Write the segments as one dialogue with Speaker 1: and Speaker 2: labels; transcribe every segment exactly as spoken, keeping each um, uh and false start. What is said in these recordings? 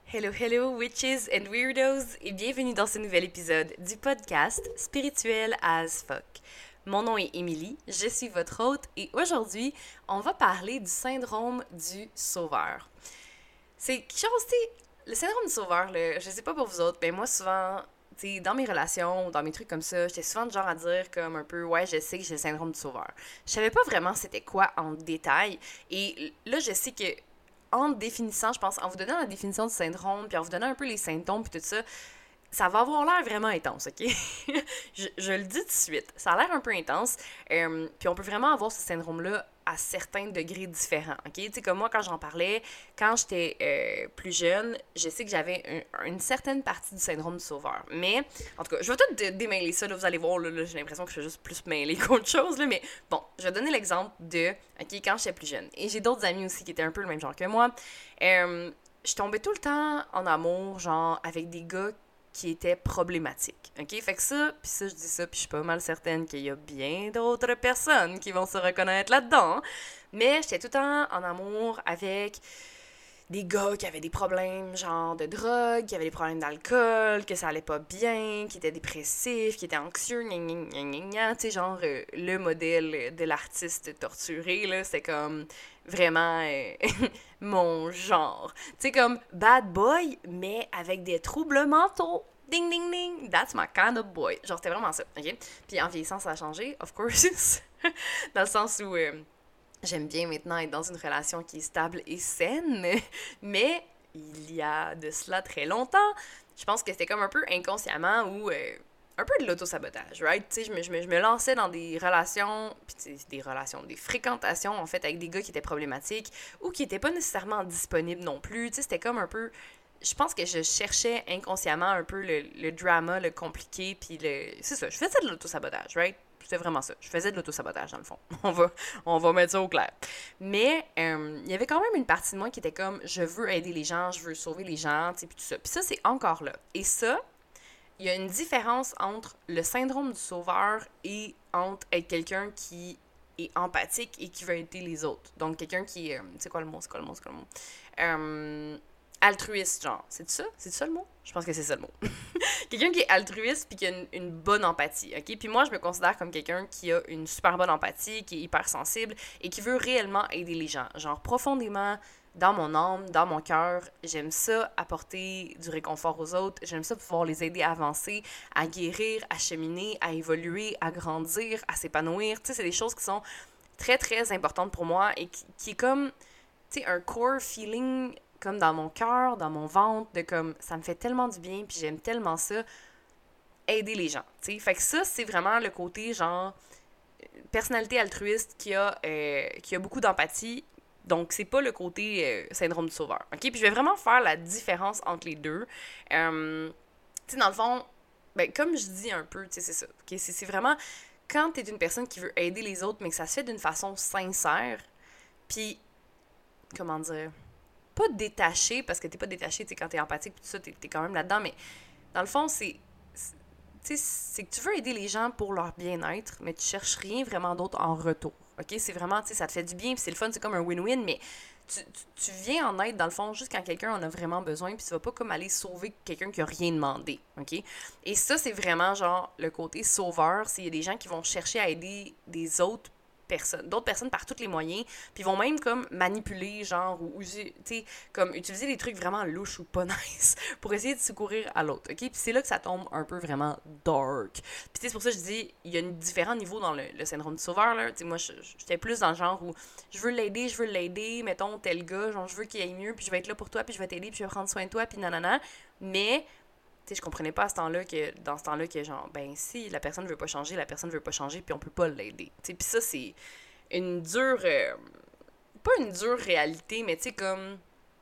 Speaker 1: Hello, hello, witches and weirdos, et bienvenue dans ce nouvel épisode du podcast Spirituel as fuck. Mon nom est Émilie, je suis votre hôte, et aujourd'hui, on va parler du syndrome du sauveur. C'est quelque chose, tu sais, le syndrome du sauveur, là, je sais pas pour vous autres, mais moi, souvent, tu sais, dans mes relations, dans mes trucs comme ça, j'étais souvent du genre à dire comme un peu, ouais, je sais que j'ai le syndrome du sauveur. Je savais pas vraiment c'était quoi en détail, et là, je sais que en définissant, je pense, en vous donnant la définition du syndrome, puis en vous donnant un peu les symptômes, puis tout ça, ça va avoir l'air vraiment intense, OK? je, je le dis tout de suite. Ça a l'air un peu intense, euh, puis on peut vraiment avoir ce syndrome-là à certains degrés différents, OK? Tu sais, comme moi, quand j'en parlais, quand j'étais euh, plus jeune, je sais que j'avais un, une certaine partie du syndrome du sauveur. Mais, en tout cas, je vais tout dé- démêler ça, là, vous allez voir, là, là, j'ai l'impression que je suis juste plus mêlée qu'autre chose, là, mais bon, je vais donner l'exemple de, OK, quand j'étais plus jeune. Et j'ai d'autres amis aussi qui étaient un peu le même genre que moi. Euh, je tombais tout le temps en amour, genre, avec des gars qui était problématique. OK? Fait que ça, puis ça, je dis ça, puis je suis pas mal certaine qu'il y a bien d'autres personnes qui vont se reconnaître là-dedans. Mais j'étais tout le temps en amour avec des gars qui avaient des problèmes, genre de drogue, qui avaient des problèmes d'alcool, que ça allait pas bien, qui étaient dépressifs, qui étaient anxieux, gna gna gna gna gna. Tu sais, genre euh, le modèle de l'artiste torturé, là, c'était comme vraiment euh, mon genre. Tu sais, comme bad boy, mais avec des troubles mentaux. Ding, ding, ding. That's my kind of boy. Genre, c'était vraiment ça, OK? Puis en vieillissant, ça a changé, of course. Dans le sens où euh, j'aime bien maintenant être dans une relation qui est stable et saine, mais il y a de cela très longtemps, je pense que c'était comme un peu inconsciemment ou euh, un peu de l'auto-sabotage, right? Tu sais, je me, je, me, je me lançais dans des relations, puis des relations, des fréquentations, en fait, avec des gars qui étaient problématiques ou qui étaient pas nécessairement disponibles non plus. Tu sais, c'était comme un peu... Je pense que je cherchais inconsciemment un peu le, le drama, le compliqué, puis le... C'est ça, je faisais de l'auto-sabotage, right? C'était vraiment ça. Je faisais de l'auto-sabotage, dans le fond. On va, on va mettre ça au clair. Mais euh, il y avait quand même une partie de moi qui était comme, je veux aider les gens, je veux sauver les gens, tu sais, puis tout ça. Puis ça, c'est encore là. Et ça, il y a une différence entre le syndrome du sauveur et entre être quelqu'un qui est empathique et qui veut aider les autres. Donc, quelqu'un qui est... Euh, c'est quoi le mot? C'est quoi le mot? C'est quoi le mot? Euh, altruiste, genre. C'est ça? C'est ça le mot? Je pense que c'est ça le mot. Quelqu'un qui est altruiste puis qui a une, une bonne empathie, ok? Puis moi, je me considère comme quelqu'un qui a une super bonne empathie, qui est hyper sensible et qui veut réellement aider les gens. Genre, profondément, dans mon âme, dans mon cœur, j'aime ça apporter du réconfort aux autres, j'aime ça pouvoir les aider à avancer, à guérir, à cheminer, à évoluer, à grandir, à s'épanouir. Tu sais, c'est des choses qui sont très, très importantes pour moi et qui, qui est comme, tu sais, un core feeling comme dans mon cœur, dans mon ventre, de comme, ça me fait tellement du bien, puis j'aime tellement ça, aider les gens, tu sais. Fait que ça, c'est vraiment le côté, genre, personnalité altruiste qui a, euh, qui a beaucoup d'empathie. Donc, c'est pas le côté euh, syndrome du sauveur, OK? Puis je vais vraiment faire la différence entre les deux. Euh, tu sais, dans le fond, ben, comme je dis un peu, tu sais, c'est ça, OK? C'est, c'est vraiment, quand t'es une personne qui veut aider les autres, mais que ça se fait d'une façon sincère, puis, comment dire, pas détaché, parce que t'es pas détaché, tu sais, quand t'es empathique, tout ça, t'es, t'es quand même là-dedans, mais dans le fond, c'est, c'est, c'est que tu veux aider les gens pour leur bien-être, mais tu cherches rien vraiment d'autre en retour. OK? C'est vraiment, tu sais, ça te fait du bien, puis c'est le fun, c'est comme un win-win, mais tu, tu, tu viens en aide, dans le fond, juste quand quelqu'un en a vraiment besoin, puis tu vas pas comme aller sauver quelqu'un qui a rien demandé. OK? Et ça, c'est vraiment, genre, le côté sauveur, c'est il y a des gens qui vont chercher à aider des autres personnes, d'autres personnes par tous les moyens, puis vont même comme manipuler, genre, ou user, tu sais, comme utiliser des trucs vraiment louches ou pas nice pour essayer de secourir à l'autre, ok? Puis c'est là que ça tombe un peu vraiment dark. Puis c'est pour ça que je dis, il y a différents niveaux dans le, le syndrome du sauveur, là. Tu sais, moi, j'étais plus dans le genre où je veux l'aider, je veux l'aider, mettons, tel gars, genre, je veux qu'il aille mieux, puis je vais être là pour toi, puis je vais t'aider, puis je vais prendre soin de toi, puis nanana. Mais tu sais, je comprenais pas à ce temps-là que, dans ce temps-là, que genre, ben, si la personne veut pas changer, la personne veut pas changer, puis on peut pas l'aider. Tu sais, puis ça, c'est une dure, euh, pas une dure réalité, mais tu sais, comme,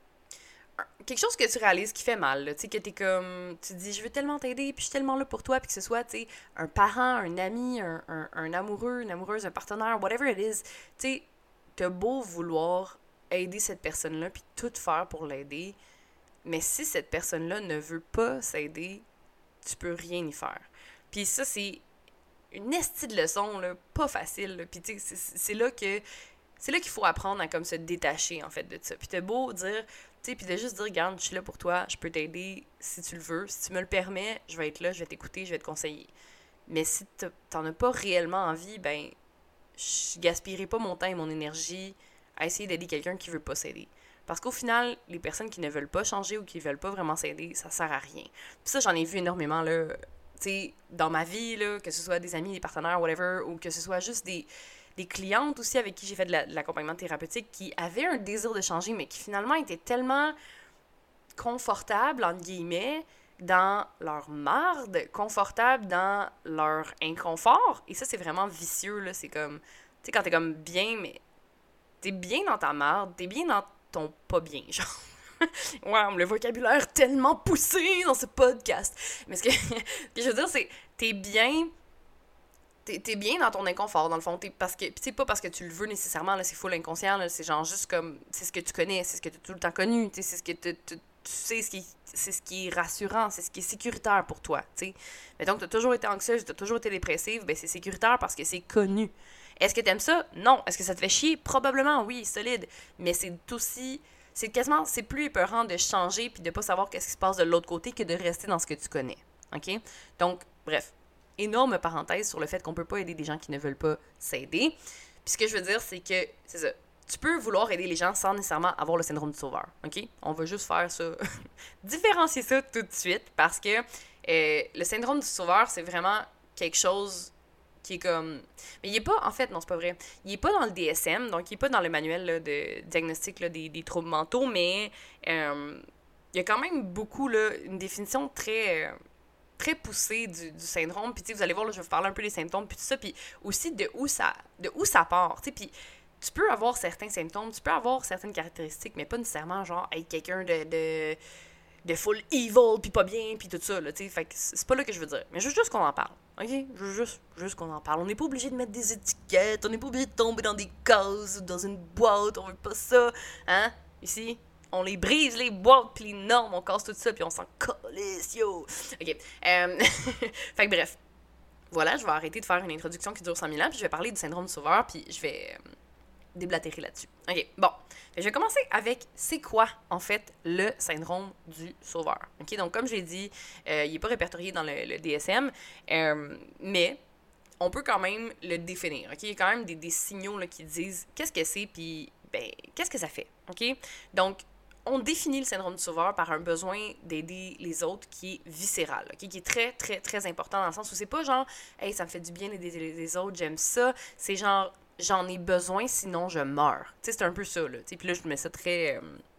Speaker 1: quelque chose que tu réalises qui fait mal, tu sais, que t'es comme, tu te dis, je veux tellement t'aider, puis je suis tellement là pour toi, puis que ce soit, tu sais, un parent, un ami, un, un, un amoureux, une amoureuse, un partenaire, whatever it is, tu sais, t'as beau vouloir aider cette personne-là, puis tout faire pour l'aider, mais si cette personne-là ne veut pas s'aider, tu peux rien y faire. Puis ça, c'est une estie de leçon, là, pas facile. Là. Puis tu sais, c'est, c'est là que c'est là qu'il faut apprendre à comme se détacher, en fait, de ça. Puis t'as beau dire, Tu sais, puis de juste dire, regarde, je suis là pour toi, je peux t'aider si tu le veux. Si tu me le permets, je vais être là, je vais t'écouter, je vais te conseiller. Mais si t'en as pas réellement envie, ben, je gaspillerai pas mon temps et mon énergie à essayer d'aider quelqu'un qui veut pas s'aider. Parce qu'au final, les personnes qui ne veulent pas changer ou qui veulent pas vraiment s'aider, ça sert à rien. Puis ça, j'en ai vu énormément, là, tu sais, dans ma vie, là, que ce soit des amis, des partenaires, whatever, ou que ce soit juste des, des clientes aussi avec qui j'ai fait de, la, de l'accompagnement thérapeutique qui avaient un désir de changer, mais qui finalement étaient tellement confortables, entre guillemets, dans leur marde, confortables dans leur inconfort. Et ça, c'est vraiment vicieux, là. C'est comme, tu sais, quand t'es comme bien, mais t'es bien dans ta marde, t'es bien dans ton pas bien, genre. Wow, le vocabulaire tellement poussé dans ce podcast. Mais ce que, ce que je veux dire, c'est, t'es bien... T'es, t'es bien dans ton inconfort, dans le fond. T'es parce que, pis c'est pas parce que tu le veux nécessairement, là, c'est full inconscient, là, c'est genre juste comme, c'est ce que tu connais, c'est ce que tu as tout le temps connu, c'est ce que tu, tu, tu sais, ce qui, c'est ce qui est rassurant, c'est ce qui est sécuritaire pour toi, tu sais. Mettons que t'as toujours été anxieuse, t'as toujours été dépressive, ben c'est sécuritaire parce que c'est connu. Est-ce que t'aimes ça? Non. Est-ce que ça te fait chier? Probablement, oui, solide. Mais c'est aussi, c'est quasiment, c'est plus épeurant de changer puis de pas savoir qu'est-ce qui se passe de l'autre côté que de rester dans ce que tu connais, ok? Donc, bref. Énorme parenthèse sur le fait qu'on peut pas aider des gens qui ne veulent pas s'aider. Puis ce que je veux dire, c'est que, c'est ça, tu peux vouloir aider les gens sans nécessairement avoir le syndrome du sauveur, ok? On va juste faire ça, différencier ça tout de suite, parce que euh, le syndrome du sauveur, c'est vraiment quelque chose qui est comme... Mais il est pas, en fait, non, c'est pas vrai, il est pas dans le D S M, donc il est pas dans le manuel là, de diagnostic là, des, des troubles mentaux, mais euh, il y a quand même beaucoup, là, une définition très... Euh, très poussé du, du syndrome, puis tu sais, vous allez voir, là, je vais vous parler un peu des symptômes, puis tout ça, puis aussi de où ça, de où ça part, tu sais, puis tu peux avoir certains symptômes, tu peux avoir certaines caractéristiques, mais pas nécessairement, genre, être quelqu'un de, de, de full evil, puis pas bien, puis tout ça, là, tu sais, fait que c'est pas là que je veux dire, mais je veux juste qu'on en parle, ok? Je veux juste, juste qu'on en parle, on n'est pas obligé de mettre des étiquettes, on n'est pas obligé de tomber dans des cases, ou dans une boîte, on veut pas ça, hein, ici... On les brise, les boîtes, puis les normes, on casse tout ça, puis on s'en calisse, yo! OK. Euh... fait que bref. Voilà, je vais arrêter de faire une introduction qui dure cent mille ans, puis je vais parler du syndrome du sauveur, puis je vais euh, déblatérer là-dessus. OK, bon. Je vais commencer avec c'est quoi, en fait, le syndrome du sauveur. OK, donc comme je l'ai dit, euh, il n'est pas répertorié dans le, le D S M, euh, mais on peut quand même le définir. OK, il y a quand même des, des signaux là, qui disent qu'est-ce que c'est, puis ben, qu'est-ce que ça fait. OK, donc on définit le syndrome du sauveur par un besoin d'aider les autres qui est viscéral, okay? Qui est très, très, très important dans le sens où c'est pas genre « Hey, ça me fait du bien d'aider les autres, j'aime ça », c'est genre « J'en ai besoin, sinon je meurs ». Tu sais, c'est un peu ça, là. Puis là, je mets ça très... Euh,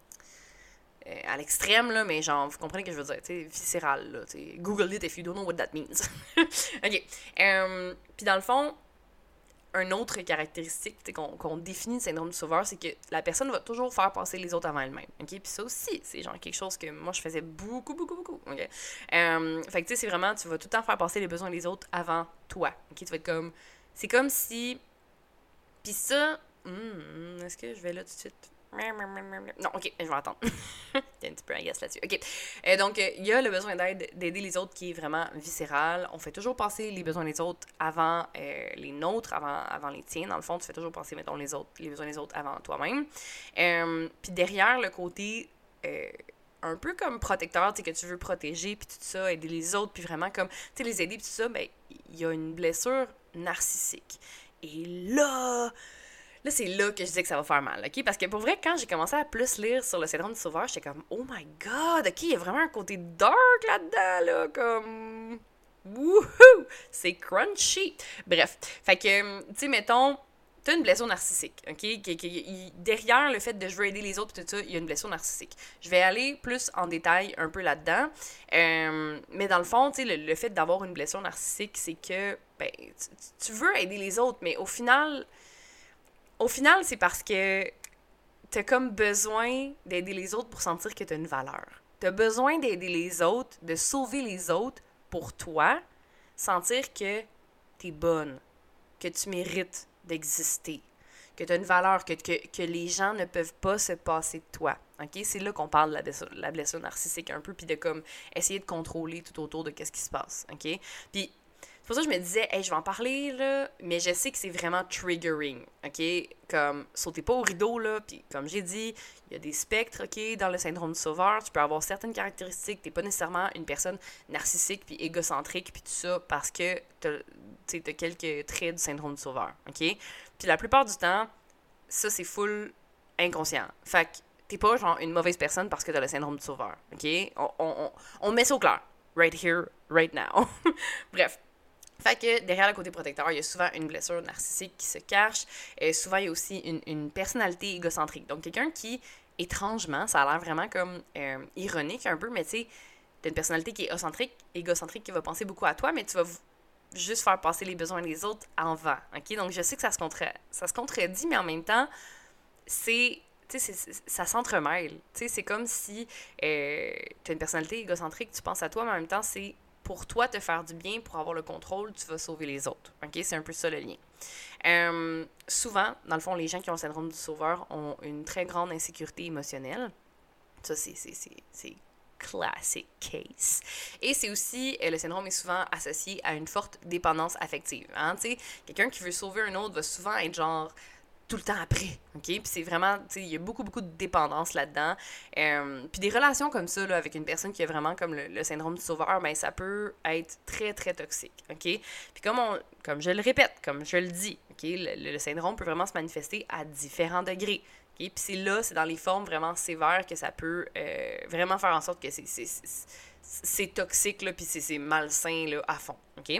Speaker 1: euh, à l'extrême, là, mais genre, vous comprenez ce que je veux dire, tu sais, viscéral, là. T'sais, Google it if you don't know what that means. OK. Euh, Puis dans le fond... Une autre caractéristique qu'on, qu'on définit le syndrome du sauveur, c'est que la personne va toujours faire passer les autres avant elle-même. OK? Puis ça aussi, c'est genre quelque chose que moi, je faisais beaucoup, beaucoup, beaucoup. OK? Euh, fait que tu sais, c'est vraiment, tu vas tout le temps faire passer les besoins des autres avant toi. OK? Tu vas être comme... C'est comme si... Puis ça... Hmm, est-ce que je vais là tout de suite? Non, ok, je vais attendre. T'es un petit peu agace là-dessus. Ok. Euh, donc, il euh, y a le besoin d'aide, d'aider les autres qui est vraiment viscéral. On fait toujours passer les besoins des autres avant euh, les nôtres, avant, avant les tiens. Dans le fond, tu fais toujours passer, mettons, les autres, les besoins des autres avant toi-même. Euh, Puis derrière, le côté euh, un peu comme protecteur, tu sais, que tu veux protéger, puis tout ça, aider les autres, puis vraiment comme, tu sais, les aider, puis tout ça, ben, il y a une blessure narcissique. Et là... Là, c'est là que je disais que ça va faire mal, OK? Parce que pour vrai, quand j'ai commencé à plus lire sur le syndrome du sauveur, j'étais comme « Oh my God! OK, il y a vraiment un côté dark là-dedans, là, comme... Wouhou! C'est crunchy! » Bref, fait que, tu sais, mettons, t'as une blessure narcissique, OK? Qui, qui, qui, derrière le fait de « je veux aider les autres » et tout ça, il y a une blessure narcissique. Je vais aller plus en détail un peu là-dedans. Euh, mais dans le fond, tu sais, le, le fait d'avoir une blessure narcissique, c'est que, ben, tu, tu veux aider les autres, mais au final... Au final, c'est parce que t'as comme besoin d'aider les autres pour sentir que t'as une valeur. T'as besoin d'aider les autres, de sauver les autres pour toi, sentir que t'es bonne, que tu mérites d'exister, que t'as une valeur, que, que, que les gens ne peuvent pas se passer de toi. Okay? C'est là qu'on parle de la blessure, la blessure narcissique un peu, puis de comme essayer de contrôler tout autour de qu'est-ce qui se passe. Okay? Puis C'est pour ça que je me disais, hey, je vais en parler, là, mais je sais que c'est vraiment triggering, OK? Comme, sautez pas au rideau, là, puis comme j'ai dit, il y a des spectres, OK, dans le syndrome du sauveur. Tu peux avoir certaines caractéristiques. T'es pas nécessairement une personne narcissique puis égocentrique puis tout ça parce que t'as, t'as quelques traits du syndrome du sauveur, OK? Puis la plupart du temps, ça, c'est full inconscient. Fait que t'es pas, genre, une mauvaise personne parce que t'as le syndrome du sauveur, OK? On, on, on, on met ça au clair. Right here, right now. Bref. Fait que derrière le côté protecteur, il y a souvent une blessure narcissique qui se cache. Et souvent, il y a aussi une, une personnalité égocentrique. Donc, quelqu'un qui, étrangement, ça a l'air vraiment comme euh, ironique un peu, mais tu sais, t'as une personnalité qui est égocentrique, égocentrique qui va penser beaucoup à toi, mais tu vas v- juste faire passer les besoins des autres en avant. OK? Donc, je sais que ça se, contre- ça se contredit, mais en même temps, c'est... Tu sais, ça s'entremêle. Tu sais, c'est comme si euh, tu as une personnalité égocentrique, tu penses à toi, mais en même temps, c'est pour toi te faire du bien, pour avoir le contrôle, tu vas sauver les autres. OK? C'est un peu ça le lien. Euh, souvent, dans le fond, les gens qui ont le syndrome du sauveur ont une très grande insécurité émotionnelle. Ça, c'est, c'est, c'est, c'est classic case. Et c'est aussi, euh, le syndrome est souvent associé à une forte dépendance affective. Hein? Tu sais, quelqu'un qui veut sauver un autre va souvent être genre tout le temps après, OK? Puis c'est vraiment, tu sais, il y a beaucoup, beaucoup de dépendance là-dedans. Euh, puis des relations comme ça, là, avec une personne qui a vraiment comme le, le syndrome du sauveur, ben ça peut être très, très toxique, OK? Puis comme, on, comme je le répète, comme je le dis, OK? Le, le syndrome peut vraiment se manifester à différents degrés, OK? Puis c'est là, c'est dans les formes vraiment sévères que ça peut euh, vraiment faire en sorte que c'est, c'est, c'est, c'est toxique, là, puis c'est, c'est malsain, là, à fond, OK?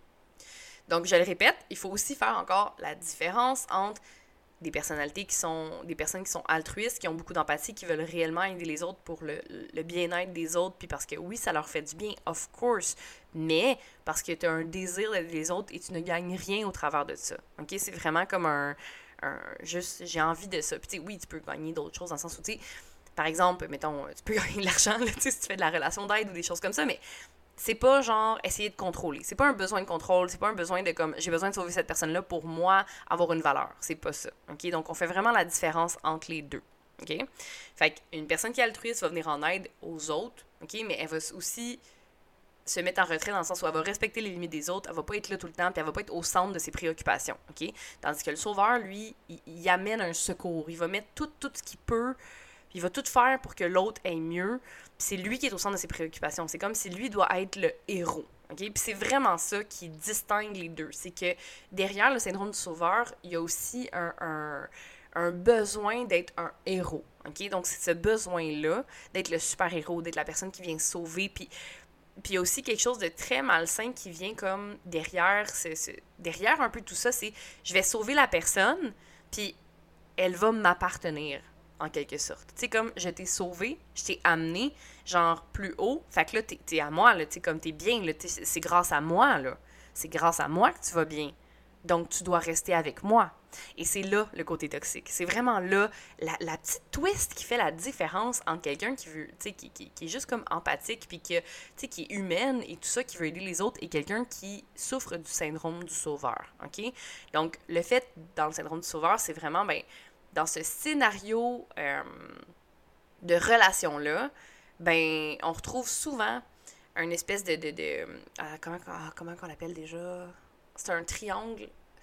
Speaker 1: Donc, je le répète, il faut aussi faire encore la différence entre des personnalités qui sont, des personnes qui sont altruistes, qui ont beaucoup d'empathie, qui veulent réellement aider les autres pour le, le bien-être des autres, puis parce que oui, ça leur fait du bien, of course, mais parce que tu as un désir d'aider les autres et tu ne gagnes rien au travers de ça. OK? C'est vraiment comme un, un juste, j'ai envie de ça. Puis tu sais, oui, tu peux gagner d'autres choses dans le sens où, tu sais, par exemple, mettons, tu peux gagner de l'argent, là, tu sais, si tu fais de la relation d'aide ou des choses comme ça, mais c'est pas genre essayer de contrôler. C'est pas un besoin de contrôle, c'est pas un besoin de comme j'ai besoin de sauver cette personne-là pour moi avoir une valeur. C'est pas ça. OK? Donc on fait vraiment la différence entre les deux. OK? Fait qu'une personne qui est altruiste va venir en aide aux autres, OK? Mais elle va aussi se mettre en retrait dans le sens où elle va respecter les limites des autres, elle va pas être là tout le temps, puis elle va pas être au centre de ses préoccupations, OK? Tandis que le sauveur, lui, il, il amène un secours, il va mettre tout, tout ce qu'il peut, puis il va tout faire pour que l'autre aille mieux, puis c'est lui qui est au centre de ses préoccupations, c'est comme si lui doit être le héros, OK? Puis c'est vraiment ça qui distingue les deux, c'est que derrière le syndrome du sauveur, il y a aussi un, un, un besoin d'être un héros, OK? Donc c'est ce besoin-là, d'être le super-héros, d'être la personne qui vient sauver, puis puis il y a aussi quelque chose de très malsain qui vient comme derrière, ce, ce, derrière un peu tout ça, c'est je vais sauver la personne, puis elle va m'appartenir, en quelque sorte. Tu sais, comme je t'ai sauvé, je t'ai amené, genre, plus haut, fait que là, t'es, t'es à moi, là, tu sais, comme t'es bien, là, t'es, c'est grâce à moi, là. C'est grâce à moi que tu vas bien. Donc, tu dois rester avec moi. Et c'est là le côté toxique. C'est vraiment là la, la petite twist qui fait la différence entre quelqu'un qui veut, tu sais, qui, qui, qui est juste comme empathique, puis que, tu sais, qui est humaine et tout ça, qui veut aider les autres, et quelqu'un qui souffre du syndrome du sauveur, OK? Donc, le fait, dans le syndrome du sauveur, c'est vraiment, ben, dans ce scénario euh, de relation-là, ben, on retrouve souvent une espèce de... de, de euh, comment, comment on l'appelle déjà? C'est un triangle.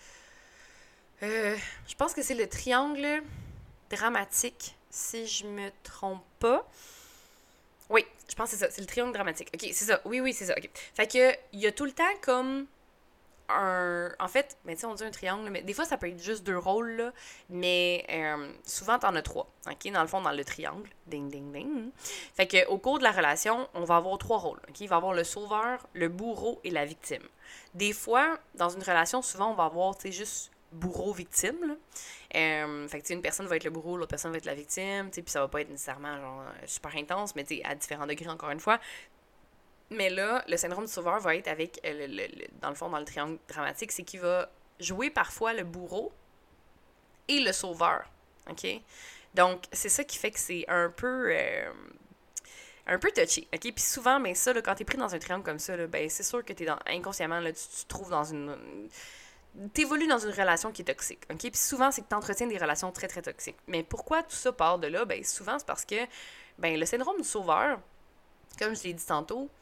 Speaker 1: Euh, je pense que c'est le triangle dramatique, si je me trompe pas. Oui, je pense que c'est ça, c'est le triangle dramatique. OK, c'est ça. Oui, oui, c'est ça. OK. Fait que, il y a tout le temps comme un... En fait, mais tu sais, on dit un triangle, mais des fois, ça peut être juste deux rôles, là, mais euh, souvent, t'en as trois, OK? Dans le fond, dans le triangle. Ding, ding, ding. Fait que, au cours de la relation, on va avoir trois rôles, OK? Il va y avoir le sauveur, le bourreau et la victime. Des fois, dans une relation, souvent, on va avoir, tu sais, juste bourreau-victime, là. Euh, fait que, tu sais, une personne va être le bourreau, l'autre personne va être la victime, tu sais, puis ça va pas être nécessairement, genre, super intense, mais, tu sais, à différents degrés, encore une fois. Mais là, le syndrome du sauveur va être avec, euh, le, le, le, dans le fond, dans le triangle dramatique, c'est qu'il va jouer parfois le bourreau et le sauveur, OK? Donc, c'est ça qui fait que c'est un peu... Euh, un peu touché, OK? Puis souvent, ben ça, là, quand t'es pris dans un triangle comme ça, là, ben c'est sûr que t'es dans... Inconsciemment, là, tu, tu te trouves dans une... T'évolues dans une relation qui est toxique, OK? Puis souvent, c'est que t'entretiens des relations très, très toxiques. Mais pourquoi tout ça part de là? Ben souvent, c'est parce que, ben le syndrome du sauveur, comme je l'ai dit tantôt,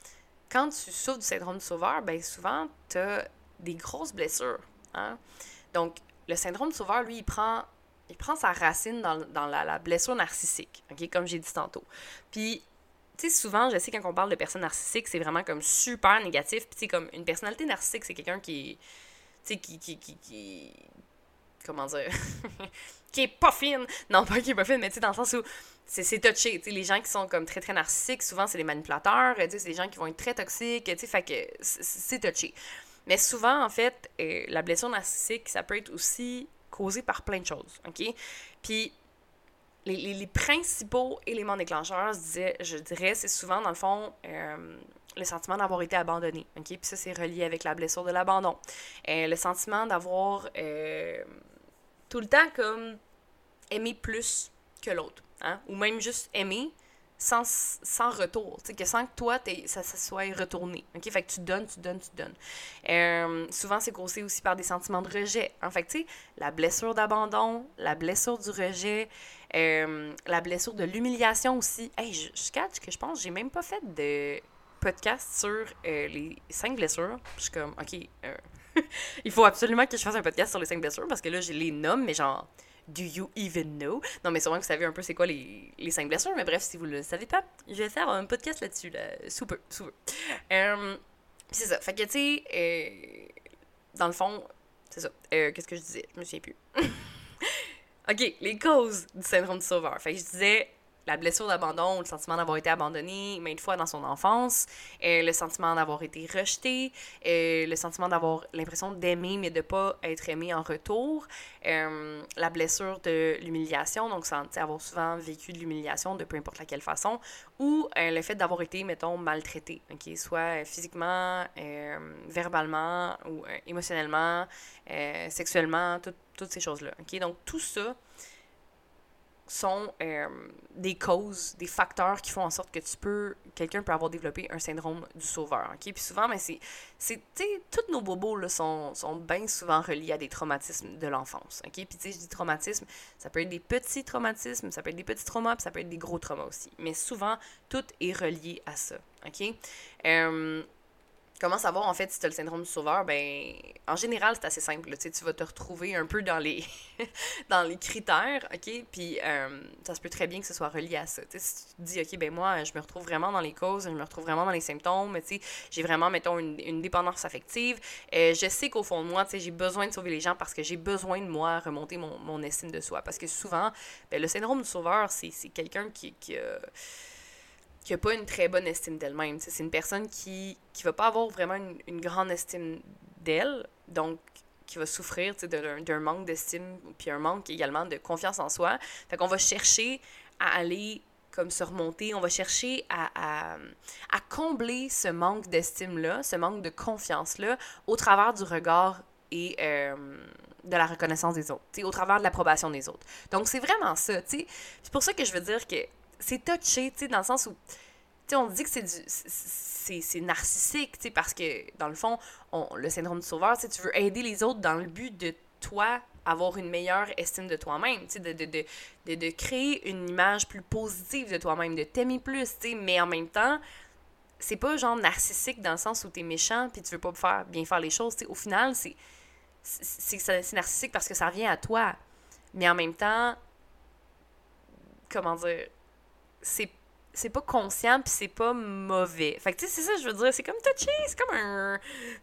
Speaker 1: quand tu souffres du syndrome du sauveur, ben souvent, tu as des grosses blessures. Hein? Donc, le syndrome du sauveur, lui, il prend, il prend sa racine dans, dans la, la blessure narcissique, ok, comme j'ai dit tantôt. Puis, tu sais, souvent, je sais, quand on parle de personnes narcissiques, c'est vraiment comme super négatif. Puis, tu sais, comme une personnalité narcissique, c'est quelqu'un qui, tu sais, qui, qui, qui, qui, comment dire, qui est pas fine. Non, pas qui est pas fine, mais tu sais, dans le sens où c'est, c'est touché. Tu sais, les gens qui sont comme très, très narcissiques, souvent, c'est des manipulateurs. Tu sais, c'est des gens qui vont être très toxiques. Tu sais, fait que c'est, c'est touché. Mais souvent, en fait, euh, la blessure narcissique, ça peut être aussi causée par plein de choses, OK? Puis, les, les, les principaux éléments déclencheurs, je, disais, je dirais, c'est souvent, dans le fond, euh, le sentiment d'avoir été abandonné, OK? Puis ça, c'est relié avec la blessure de l'abandon. Euh, le sentiment d'avoir euh, tout le temps comme aimé plus que l'autre, hein? Ou même juste aimé sans, sans retour, tu sais, que sans que toi, ça, ça soit retourné, ok? Fait que tu donnes, tu donnes, tu donnes. Euh, souvent, c'est causé aussi par des sentiments de rejet. En fait, tu sais, la blessure d'abandon, la blessure du rejet, euh, la blessure de l'humiliation aussi. Hey, je, je catch que je pense que j'ai même pas fait de podcast sur euh, les cinq blessures. Je suis comme, ok, euh, il faut absolument que je fasse un podcast sur les cinq blessures parce que là, je les nomme, mais genre, do you even know? Non, mais sûrement que vous savez un peu c'est quoi les, les cinq blessures, mais bref, si vous le savez pas, je vais faire un podcast là-dessus, là, sous peu, sous peu. Euh, c'est ça, fait que, tu sais, euh, dans le fond, c'est ça. Euh, qu'est-ce que je disais? Je me souviens plus. OK, les causes du syndrome du sauveur. Fait que je disais la blessure d'abandon, le sentiment d'avoir été abandonné maintes fois dans son enfance, euh, le sentiment d'avoir été rejeté, euh, le sentiment d'avoir l'impression d'aimer mais de pas être aimé en retour, euh, la blessure de l'humiliation, donc avoir souvent vécu de l'humiliation de peu importe laquelle façon, ou euh, le fait d'avoir été, mettons, maltraité, okay? Soit physiquement, euh, verbalement ou euh, émotionnellement, euh, sexuellement, tout, toutes ces choses-là. Okay? Donc tout ça sont euh, des causes, des facteurs qui font en sorte que tu peux, quelqu'un peut avoir développé un syndrome du sauveur, ok? Puis souvent, ben c'est, c'est tu sais, tous nos bobos, là, sont, sont bien souvent reliés à des traumatismes de l'enfance, ok? Puis tu sais, je dis traumatisme, ça peut être des petits traumatismes, ça peut être des petits traumas, puis ça peut être des gros traumas aussi. Mais souvent, tout est relié à ça, ok? Euh, Comment savoir, en fait, si tu as le syndrome du sauveur? Ben, en général, c'est assez simple. Tu sais, tu vas te retrouver un peu dans les, dans les critères, OK? Puis, euh, ça se peut très bien que ce soit relié à ça. Tu sais, si tu te dis, OK, ben moi, je me retrouve vraiment dans les causes, je me retrouve vraiment dans les symptômes, tu sais, j'ai vraiment, mettons, une, une dépendance affective. Euh, je sais qu'au fond de moi, tu sais, j'ai besoin de sauver les gens parce que j'ai besoin de moi remonter mon, mon estime de soi. Parce que souvent, ben, le syndrome du sauveur, c'est, c'est quelqu'un qui, qui a... qui n'a pas une très bonne estime d'elle-même. T'sais, c'est une personne qui ne va pas avoir vraiment une, une grande estime d'elle, donc qui va souffrir d'un, d'un manque d'estime, puis un manque également de confiance en soi. Fait qu'on va chercher à aller comme se remonter, on va chercher à, à, à combler ce manque d'estime-là, ce manque de confiance-là, au travers du regard et euh, de la reconnaissance des autres, au travers de l'approbation des autres. Donc, c'est vraiment ça, tu sais. C'est pour ça que je veux dire que c'est touché, tu sais, dans le sens où, tu sais, on dit que c'est du, c'est, c'est narcissique, tu sais, parce que, dans le fond, on, le syndrome du sauveur, tu sais, tu veux aider les autres dans le but de, toi, avoir une meilleure estime de toi-même, tu sais, de, de, de, de, de créer une image plus positive de toi-même, de t'aimer plus, tu sais, mais en même temps, c'est pas genre narcissique dans le sens où t'es méchant puis tu veux pas faire, bien faire les choses, tu sais, au final, c'est, c'est, c'est, c'est narcissique parce que ça revient à toi, mais en même temps, comment dire, c'est c'est pas conscient puis c'est pas mauvais. Fait que tu sais, c'est ça je veux dire, c'est comme touchy, c'est comme un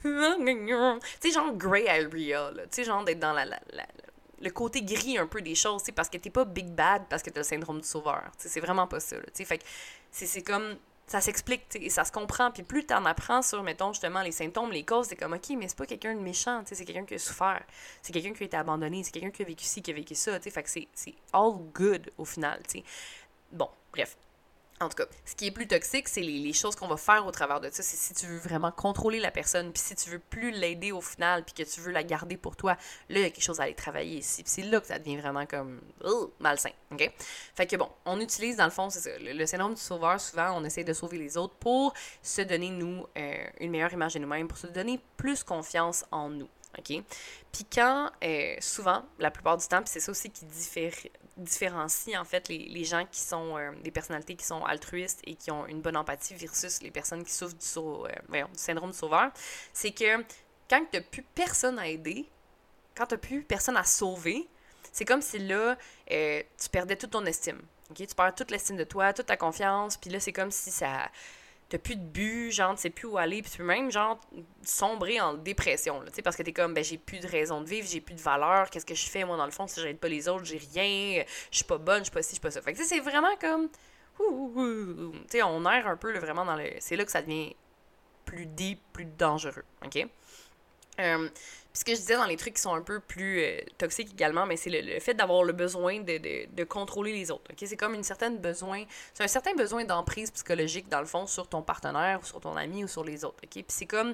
Speaker 1: tu sais genre gray area là, tu sais genre d'être dans la, la, la le côté gris un peu des choses, tu sais, parce que t'es pas big bad parce que t'as le syndrome du sauveur, tu sais, c'est vraiment pas ça, tu sais, fait que c'est, c'est comme, ça s'explique, tu sais, et ça se comprend, puis plus t'en apprends sur, mettons, justement, les symptômes, les causes, c'est comme, ok, mais c'est pas quelqu'un de méchant, tu sais, c'est quelqu'un qui a souffert, c'est quelqu'un qui a été abandonné, c'est quelqu'un qui a vécu ci, qui a vécu ça, tu sais, fait que c'est, c'est all good, au final, tu sais. Bon, bref. En tout cas, ce qui est plus toxique, c'est les, les choses qu'on va faire au travers de ça. C'est si tu veux vraiment contrôler la personne, puis si tu veux plus l'aider au final, puis que tu veux la garder pour toi, là, il y a quelque chose à aller travailler ici. Puis c'est là que ça devient vraiment comme uh, malsain, OK? Fait que bon, on utilise dans le fond, c'est ça, le, le syndrome du sauveur, souvent, on essaie de sauver les autres pour se donner, nous, euh, une meilleure image de nous-mêmes, pour se donner plus confiance en nous. OK? Puis quand, euh, souvent, la plupart du temps, puis c'est ça aussi qui diffère, différencie en fait les, les gens qui sont euh, des personnalités qui sont altruistes et qui ont une bonne empathie versus les personnes qui souffrent du, sau- euh, voyons, du syndrome du sauveur, c'est que quand tu n'as plus personne à aider, quand tu n'as plus personne à sauver, c'est comme si là, euh, tu perdais toute ton estime. Okay? Tu perds toute l'estime de toi, toute ta confiance, puis là, c'est comme si ça... T'as plus de but, genre, tu sais plus où aller, puis tu peux même, genre, sombrer en dépression, tu sais, parce que t'es comme, ben, j'ai plus de raison de vivre, j'ai plus de valeur, qu'est-ce que je fais, moi, dans le fond, si j'aide pas les autres, j'ai rien, je suis pas bonne, je suis pas ci, je suis pas ça. Fait que, tu sais, c'est vraiment comme, tu sais, on erre un peu, là, vraiment, dans le... C'est là que ça devient plus deep, plus dangereux, OK? Euh, puis ce que je disais dans les trucs qui sont un peu plus euh, toxiques également, mais c'est le, le fait d'avoir le besoin de, de, de contrôler les autres. Okay? C'est comme une certaine besoin, c'est un certain besoin d'emprise psychologique dans le fond sur ton partenaire ou sur ton ami ou sur les autres. Okay? Puis c'est comme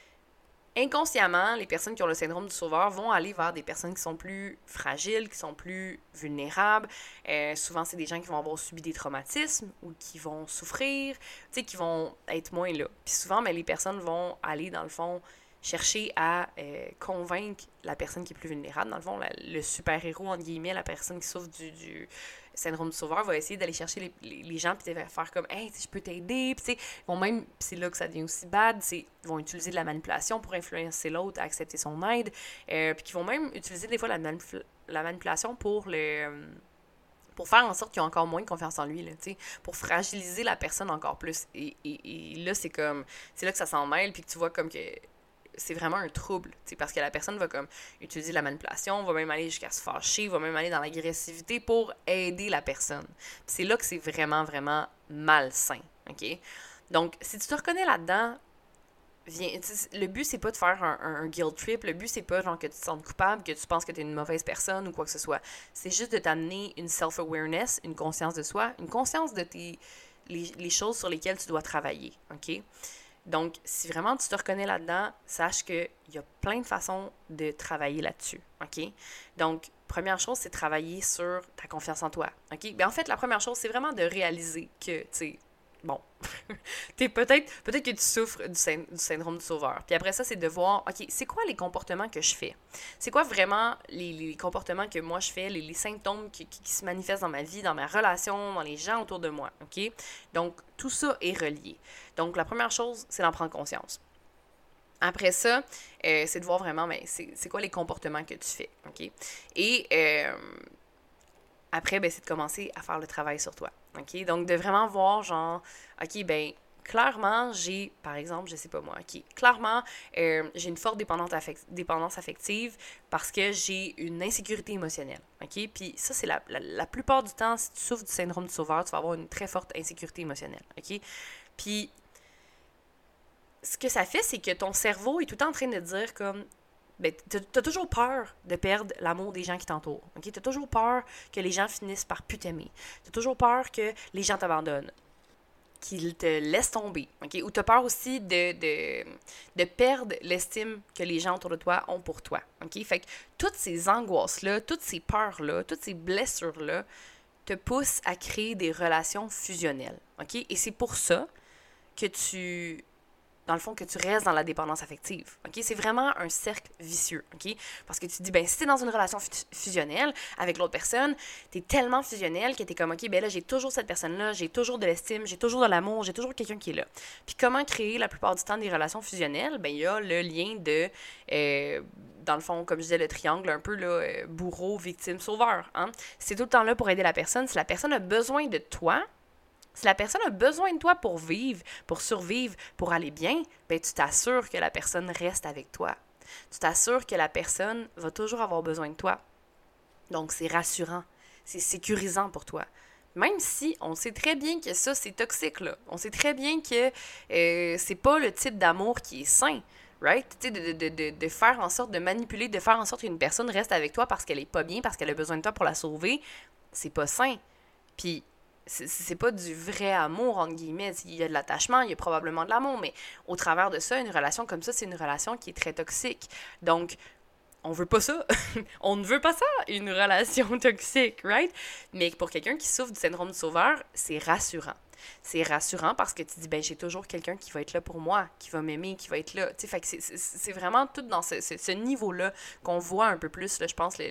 Speaker 1: inconsciemment, les personnes qui ont le syndrome du sauveur vont aller vers des personnes qui sont plus fragiles, qui sont plus vulnérables. Euh, souvent, c'est des gens qui vont avoir subi des traumatismes ou qui vont souffrir, tu sais, qui vont être moins là. Puis souvent, mais les personnes vont aller, dans le fond, chercher à euh, convaincre la personne qui est plus vulnérable. Dans le fond, la, le super-héros, entre guillemets, la personne qui souffre du, du syndrome du sauveur, va essayer d'aller chercher les, les, les gens, puis faire comme « Hey, je peux t'aider », puis tu sais, vont même, c'est là que ça devient aussi bad, c'est ils vont utiliser de la manipulation pour influencer l'autre à accepter son aide, euh, puis qui vont même utiliser des fois la, manip- la manipulation pour le... pour faire en sorte qu'il y a encore moins de confiance en lui, là, pour fragiliser la personne encore plus. Et, et, et là, c'est comme, c'est là que ça s'en mêle, puis que tu vois comme que c'est vraiment un trouble, parce que la personne va comme utiliser la manipulation, va même aller jusqu'à se fâcher, va même aller dans l'agressivité pour aider la personne. Puis c'est là que c'est vraiment, vraiment malsain, OK? Donc, si tu te reconnais là-dedans, viens, le but, c'est pas de faire un, un, un guilt trip, le but, c'est pas genre que tu te sentes coupable, que tu penses que t'es une mauvaise personne ou quoi que ce soit. C'est juste de t'amener une self-awareness, une conscience de soi, une conscience de tes les, les choses sur lesquelles tu dois travailler, OK? Donc, si vraiment tu te reconnais là-dedans, sache qu'il y a plein de façons de travailler là-dessus, OK? Donc, première chose, c'est travailler sur ta confiance en toi, OK? Bien, en fait, la première chose, c'est vraiment de réaliser que, tu sais, bon, t'es peut-être, peut-être que tu souffres du, syn- du syndrome du sauveur. Puis après ça, c'est de voir, OK, c'est quoi les comportements que je fais? C'est quoi vraiment les, les comportements que moi je fais, les, les symptômes qui, qui, qui se manifestent dans ma vie, dans ma relation, dans les gens autour de moi, OK? Donc, tout ça est relié. Donc, la première chose, c'est d'en prendre conscience. Après ça, euh, c'est de voir vraiment, mais c'est, c'est quoi les comportements que tu fais, OK? Et... Euh, Après, ben, c'est de commencer à faire le travail sur toi, OK? Donc, de vraiment voir, genre, OK, ben clairement, j'ai, par exemple, je sais pas moi, OK, clairement, euh, j'ai une forte dépendance, affect- dépendance affective parce que j'ai une insécurité émotionnelle, OK? Puis ça, c'est la, la, la plupart du temps, si tu souffres du syndrome du sauveur, tu vas avoir une très forte insécurité émotionnelle, OK? Puis, ce que ça fait, c'est que ton cerveau est tout le temps en train de dire comme... Ben, t'as toujours peur de perdre l'amour des gens qui t'entourent. Okay? T'as toujours peur que les gens finissent par plus t'aimer. T'as toujours peur que les gens t'abandonnent, qu'ils te laissent tomber. Okay? Ou t'as peur aussi de, de, de perdre l'estime que les gens autour de toi ont pour toi. Okay? Fait que toutes ces angoisses-là, toutes ces peurs-là, toutes ces blessures-là te poussent à créer des relations fusionnelles. Okay? Et c'est pour ça que tu... dans le fond, que tu restes dans la dépendance affective. OK? C'est vraiment un cercle vicieux. OK? Parce que tu te dis, ben si t'es dans une relation fusionnelle avec l'autre personne, t'es tellement fusionnel que t'es comme, OK, ben là, j'ai toujours cette personne-là, j'ai toujours de l'estime, j'ai toujours de l'amour, j'ai toujours quelqu'un qui est là. Puis comment créer la plupart du temps des relations fusionnelles? Ben il y a le lien de, euh, dans le fond, comme je disais, le triangle un peu, là, euh, bourreau, victime, sauveur. Hein? C'est tout le temps là pour aider la personne. Si la personne a besoin de toi, si la personne a besoin de toi pour vivre, pour survivre, pour aller bien, ben tu t'assures que la personne reste avec toi. Tu t'assures que la personne va toujours avoir besoin de toi. Donc, c'est rassurant. C'est sécurisant pour toi. Même si on sait très bien que ça, c'est toxique, là. On sait très bien que euh, c'est pas le type d'amour qui est sain. Right? Tu sais, de, de, de, de faire en sorte de manipuler, de faire en sorte qu'une personne reste avec toi parce qu'elle est pas bien, parce qu'elle a besoin de toi pour la sauver, c'est pas sain. Puis, c'est, c'est pas du vrai amour, entre guillemets. Il y a de l'attachement, il y a probablement de l'amour, mais au travers de ça, une relation comme ça, c'est une relation qui est très toxique. Donc, on veut pas ça. On ne veut pas ça, une relation toxique, right? Mais pour quelqu'un qui souffre du syndrome du sauveur, c'est rassurant. C'est rassurant parce que tu dis, ben j'ai toujours quelqu'un qui va être là pour moi, qui va m'aimer, qui va être là. Tu sais, fait que c'est, c'est, c'est vraiment tout dans ce, ce, ce niveau-là qu'on voit un peu plus, là, je pense, le, le,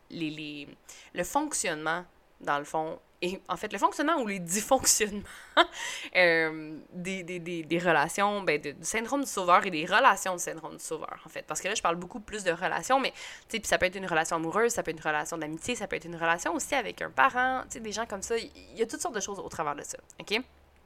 Speaker 1: les, les, le fonctionnement, dans le fond, et en fait, le fonctionnement ou les dysfonctionnements euh, des, des, des, des relations, ben, de, du syndrome du sauveur et des relations du syndrome du sauveur, en fait. Parce que là, je parle beaucoup plus de relations, mais, tu sais, puis ça peut être une relation amoureuse, ça peut être une relation d'amitié, ça peut être une relation aussi avec un parent, tu sais, des gens comme ça. Il y a toutes sortes de choses au travers de ça, OK?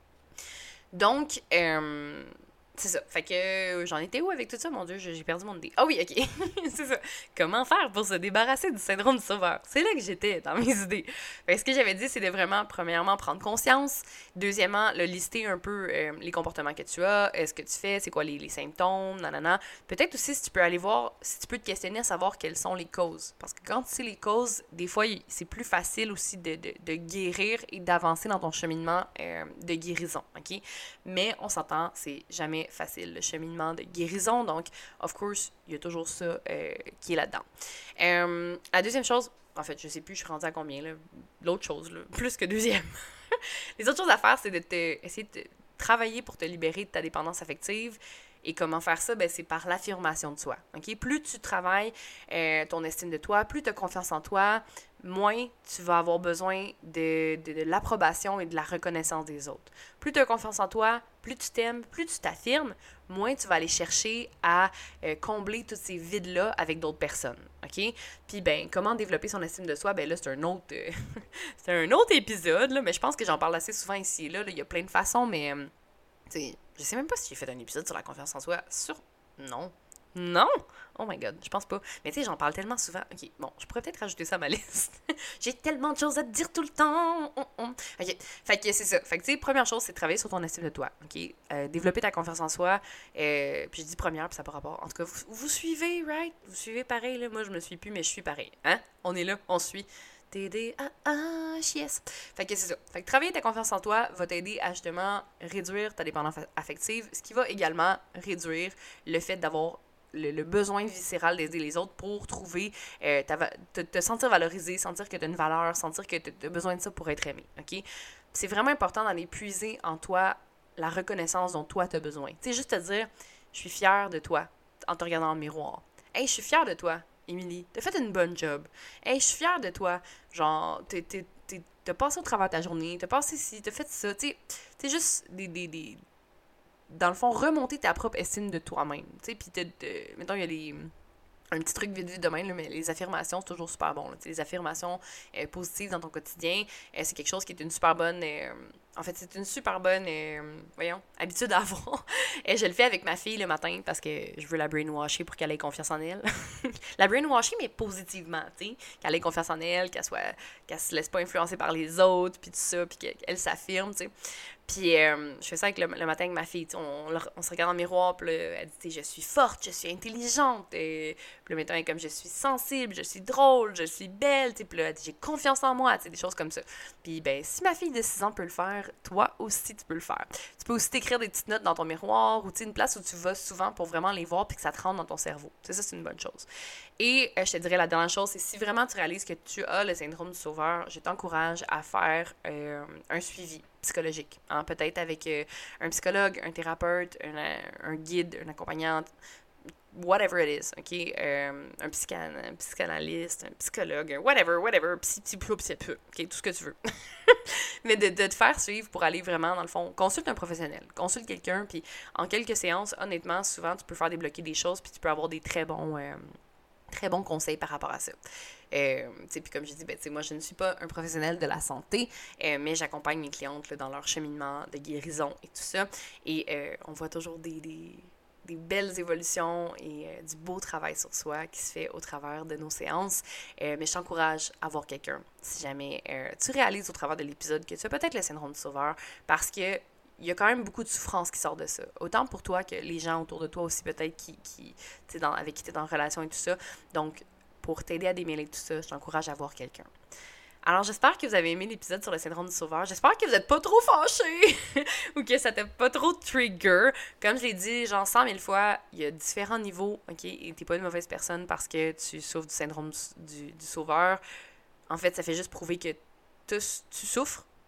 Speaker 1: Donc, euh, c'est ça. Fait que euh, j'en étais où avec tout ça? Mon Dieu, j'ai perdu mon idée. Ah oui, ok. C'est ça. Comment faire pour se débarrasser du syndrome du sauveur? C'est là que j'étais dans mes idées. Fait que ce que j'avais dit, c'est de vraiment, premièrement, prendre conscience. Deuxièmement, le lister un peu euh, les comportements que tu as, est-ce que tu fais, c'est quoi les, les symptômes, nanana. Peut-être aussi si tu peux aller voir, si tu peux te questionner à savoir quelles sont les causes. Parce que quand tu sais les causes, des fois, c'est plus facile aussi de, de, de guérir et d'avancer dans ton cheminement euh, de guérison, ok? Mais on s'entend, c'est jamais facile, le cheminement de guérison. Donc, of course, il y a toujours ça euh, qui est là-dedans. Euh, la deuxième chose, en fait, je sais plus, je suis rendue à combien, là? L'autre chose, là, plus que deuxième. Les autres choses à faire, c'est de te, essayer de te travailler pour te libérer de ta dépendance affective. Et comment faire ça? Ben, c'est par l'affirmation de soi. Okay? Plus tu travailles euh, ton estime de toi, plus tu as confiance en toi, moins tu vas avoir besoin de, de, de l'approbation et de la reconnaissance des autres. Plus tu as confiance en toi, plus tu t'aimes, plus tu t'affirmes, moins tu vas aller chercher à euh, combler tous ces vides-là avec d'autres personnes. OK? Puis, ben, comment développer son estime de soi? Ben là, c'est un autre, euh, c'est un autre épisode, là, mais je pense que j'en parle assez souvent ici et là. là. Il y a plein de façons, mais... Euh, T'sais, je sais même pas si j'ai fait un épisode sur la confiance en soi. Sur... Non. Non? Oh my god, je pense pas. Mais tu sais, j'en parle tellement souvent. Ok, bon, je pourrais peut-être rajouter ça à ma liste. J'ai tellement de choses à te dire tout le temps. Oh, oh. Ok, fait que c'est ça. Fait que tu sais, première chose, c'est de travailler sur ton estime de toi. Ok, euh, développer ta confiance en soi. Euh, puis je dis première, puis ça n'a pas rapport. En tout cas, vous, vous suivez, right? Vous suivez pareil, là. Moi, je me suis plus, mais je suis pareil. Hein? On est là, on suit. T D A H, yes. Fait que c'est ça. Fait que travailler ta confiance en toi va t'aider à justement réduire ta dépendance affective, ce qui va également réduire le fait d'avoir le, le besoin viscéral d'aider les autres pour trouver, euh, ta, te, te sentir valorisé, sentir que tu as une valeur, sentir que tu as besoin de ça pour être aimé, OK? C'est vraiment important d'aller puiser en toi la reconnaissance dont toi tu as besoin. Tu sais, juste te dire, je suis fière de toi en te regardant dans le miroir. Hey, je suis fière de toi. Émilie, t'as fait une bonne job. Hey, je suis fière de toi. Genre, t'es, t'es, t'es, t'as passé au travers de ta journée, t'as passé ci, t'as fait ça. Tu sais, c'est juste des, des, des... Dans le fond, remonter ta propre estime de toi-même. Tu sais, puis, mettons, il y a les... Un petit truc vite vite de même, là, mais les affirmations, c'est toujours super bon. Là. Les affirmations euh, positives dans ton quotidien, euh, c'est quelque chose qui est une super bonne... Euh, en fait, c'est une super bonne, euh, voyons, habitude à avoir. Et je le fais avec ma fille le matin parce que je veux la brainwasher pour qu'elle ait confiance en elle. La brainwasher, mais positivement, tu sais. Qu'elle ait confiance en elle, qu'elle soit... qu'elle se laisse pas influencer par les autres, puis tout ça, puis qu'elle s'affirme, tu sais. Puis euh, je fais ça avec le, le matin avec ma fille. On, on se regarde dans le miroir, puis là, elle dit, je suis forte, je suis intelligente. Et puis là, maintenant, elle est comme, je suis sensible, je suis drôle, je suis belle. Puis là, elle dit, j'ai confiance en moi, des choses comme ça. Puis ben, si ma fille de six ans peut le faire, toi aussi, tu peux le faire. Tu peux aussi t'écrire des petites notes dans ton miroir ou une place où tu vas souvent pour vraiment les voir puis que ça te rentre dans ton cerveau. T'sais, ça, c'est une bonne chose. Et euh, je te dirais, la dernière chose, c'est si vraiment tu réalises que tu as le syndrome du sauveur, je t'encourage à faire euh, un suivi psychologique. Hein, peut-être avec euh, un psychologue, un thérapeute, un, un guide, une accompagnante, whatever it is, OK? Euh, un, psychan- un psychanalyste, un psychologue, whatever, whatever, psy, psy, psy, psy, psy, OK? Tout ce que tu veux. Mais de, de te faire suivre pour aller vraiment, dans le fond, consulte un professionnel, consulte quelqu'un, puis en quelques séances, honnêtement, souvent, tu peux faire débloquer des choses, puis tu peux avoir des très bons... Euh, très bons conseils par rapport à ça. Euh, puis comme je dis, ben, moi, je ne suis pas un professionnel de la santé, euh, mais j'accompagne mes clientes là, dans leur cheminement de guérison et tout ça. Et euh, on voit toujours des, des, des belles évolutions et euh, du beau travail sur soi qui se fait au travers de nos séances. Euh, mais je t'encourage à voir quelqu'un si jamais euh, tu réalises au travers de l'épisode que tu as peut-être le syndrome du sauveur parce que il y a quand même beaucoup de souffrance qui sort de ça. Autant pour toi que les gens autour de toi aussi, peut-être, qui, qui, dans, avec qui tu es en relation et tout ça. Donc, pour t'aider à démêler tout ça, je t'encourage à voir quelqu'un. Alors, j'espère que vous avez aimé l'épisode sur le syndrome du sauveur. J'espère que vous n'êtes pas trop fâchés ou que ça t'a pas trop trigger. Comme je l'ai dit, genre cent mille fois, il y a différents niveaux, OK? Et t'es pas une mauvaise personne parce que tu souffres du syndrome du, du, du sauveur. En fait, ça fait juste prouver que tu, tu souffres,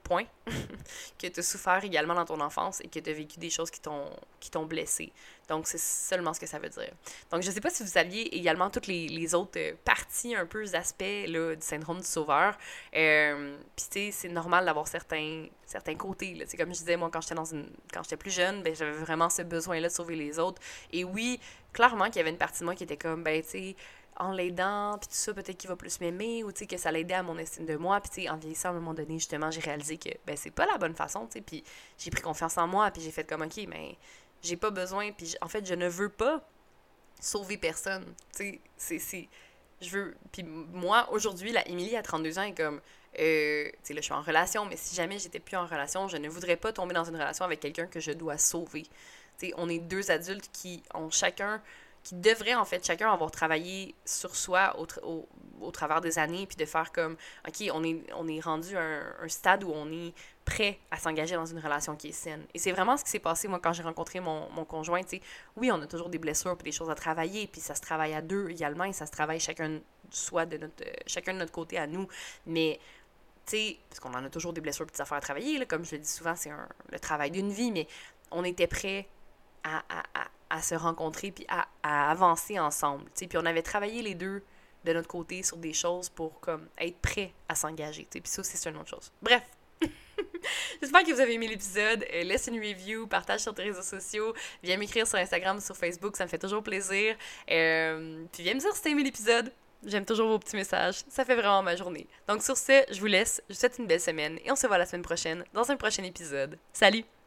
Speaker 1: point, que tu as souffert également dans ton enfance et que tu as vécu des choses qui t'ont qui t'ont blessé. Donc, c'est seulement ce que ça veut dire. Donc, je sais pas si vous saviez également toutes les, les autres euh, parties, un peu, les aspects là, du syndrome du sauveur. Euh, Puis, tu sais, c'est normal d'avoir certains, certains côtés. Là. Comme je disais, moi, quand j'étais dans une quand j'étais plus jeune, ben, j'avais vraiment ce besoin-là de sauver les autres. Et oui, clairement qu'il y avait une partie de moi qui était comme, ben, tu sais, en l'aidant, puis tout ça, peut-être qu'il va plus m'aimer, ou tu sais, que ça l'aidait à mon estime de moi. Puis tu sais, en vieillissant, à un moment donné, justement, j'ai réalisé que, ben, c'est pas la bonne façon, tu sais. Puis j'ai pris confiance en moi, puis j'ai fait comme, OK, mais j'ai pas besoin, puis en fait, je ne veux pas sauver personne. Tu sais, c'est, c'est, je veux... Puis moi, aujourd'hui, la Émilie, à trente-deux ans, est comme, euh, tu sais, là, je suis en relation, mais si jamais j'étais plus en relation, je ne voudrais pas tomber dans une relation avec quelqu'un que je dois sauver. Tu sais, on est deux adultes qui ont chacun qui devraient en fait chacun avoir travaillé sur soi au, tra- au, au travers des années, puis de faire comme, OK, on est, on est rendu à un, un stade où on est prêt à s'engager dans une relation qui est saine. Et c'est vraiment ce qui s'est passé, moi, quand j'ai rencontré mon, mon conjoint, tu sais. Oui, on a toujours des blessures puis des choses à travailler, puis ça se travaille à deux également, et ça se travaille chacun soit de notre, euh, chacun de notre côté à nous, mais tu sais, parce qu'on en a toujours des blessures et des affaires à travailler, là, comme je le dis souvent, c'est un, le travail d'une vie, mais on était prêt à, à, à, à se rencontrer puis à, à avancer ensemble. Puis on avait travaillé les deux de notre côté sur des choses pour comme être prêts à s'engager. Puis ça aussi, c'est une autre chose. Bref. J'espère que vous avez aimé l'épisode. Euh, laisse une review, partage sur tes réseaux sociaux, viens m'écrire sur Instagram, sur Facebook, ça me fait toujours plaisir. Euh, puis viens me dire si t'as aimé l'épisode. J'aime toujours vos petits messages, ça fait vraiment ma journée. Donc sur ce, je vous laisse, je vous souhaite une belle semaine et on se voit la semaine prochaine dans un prochain épisode. Salut!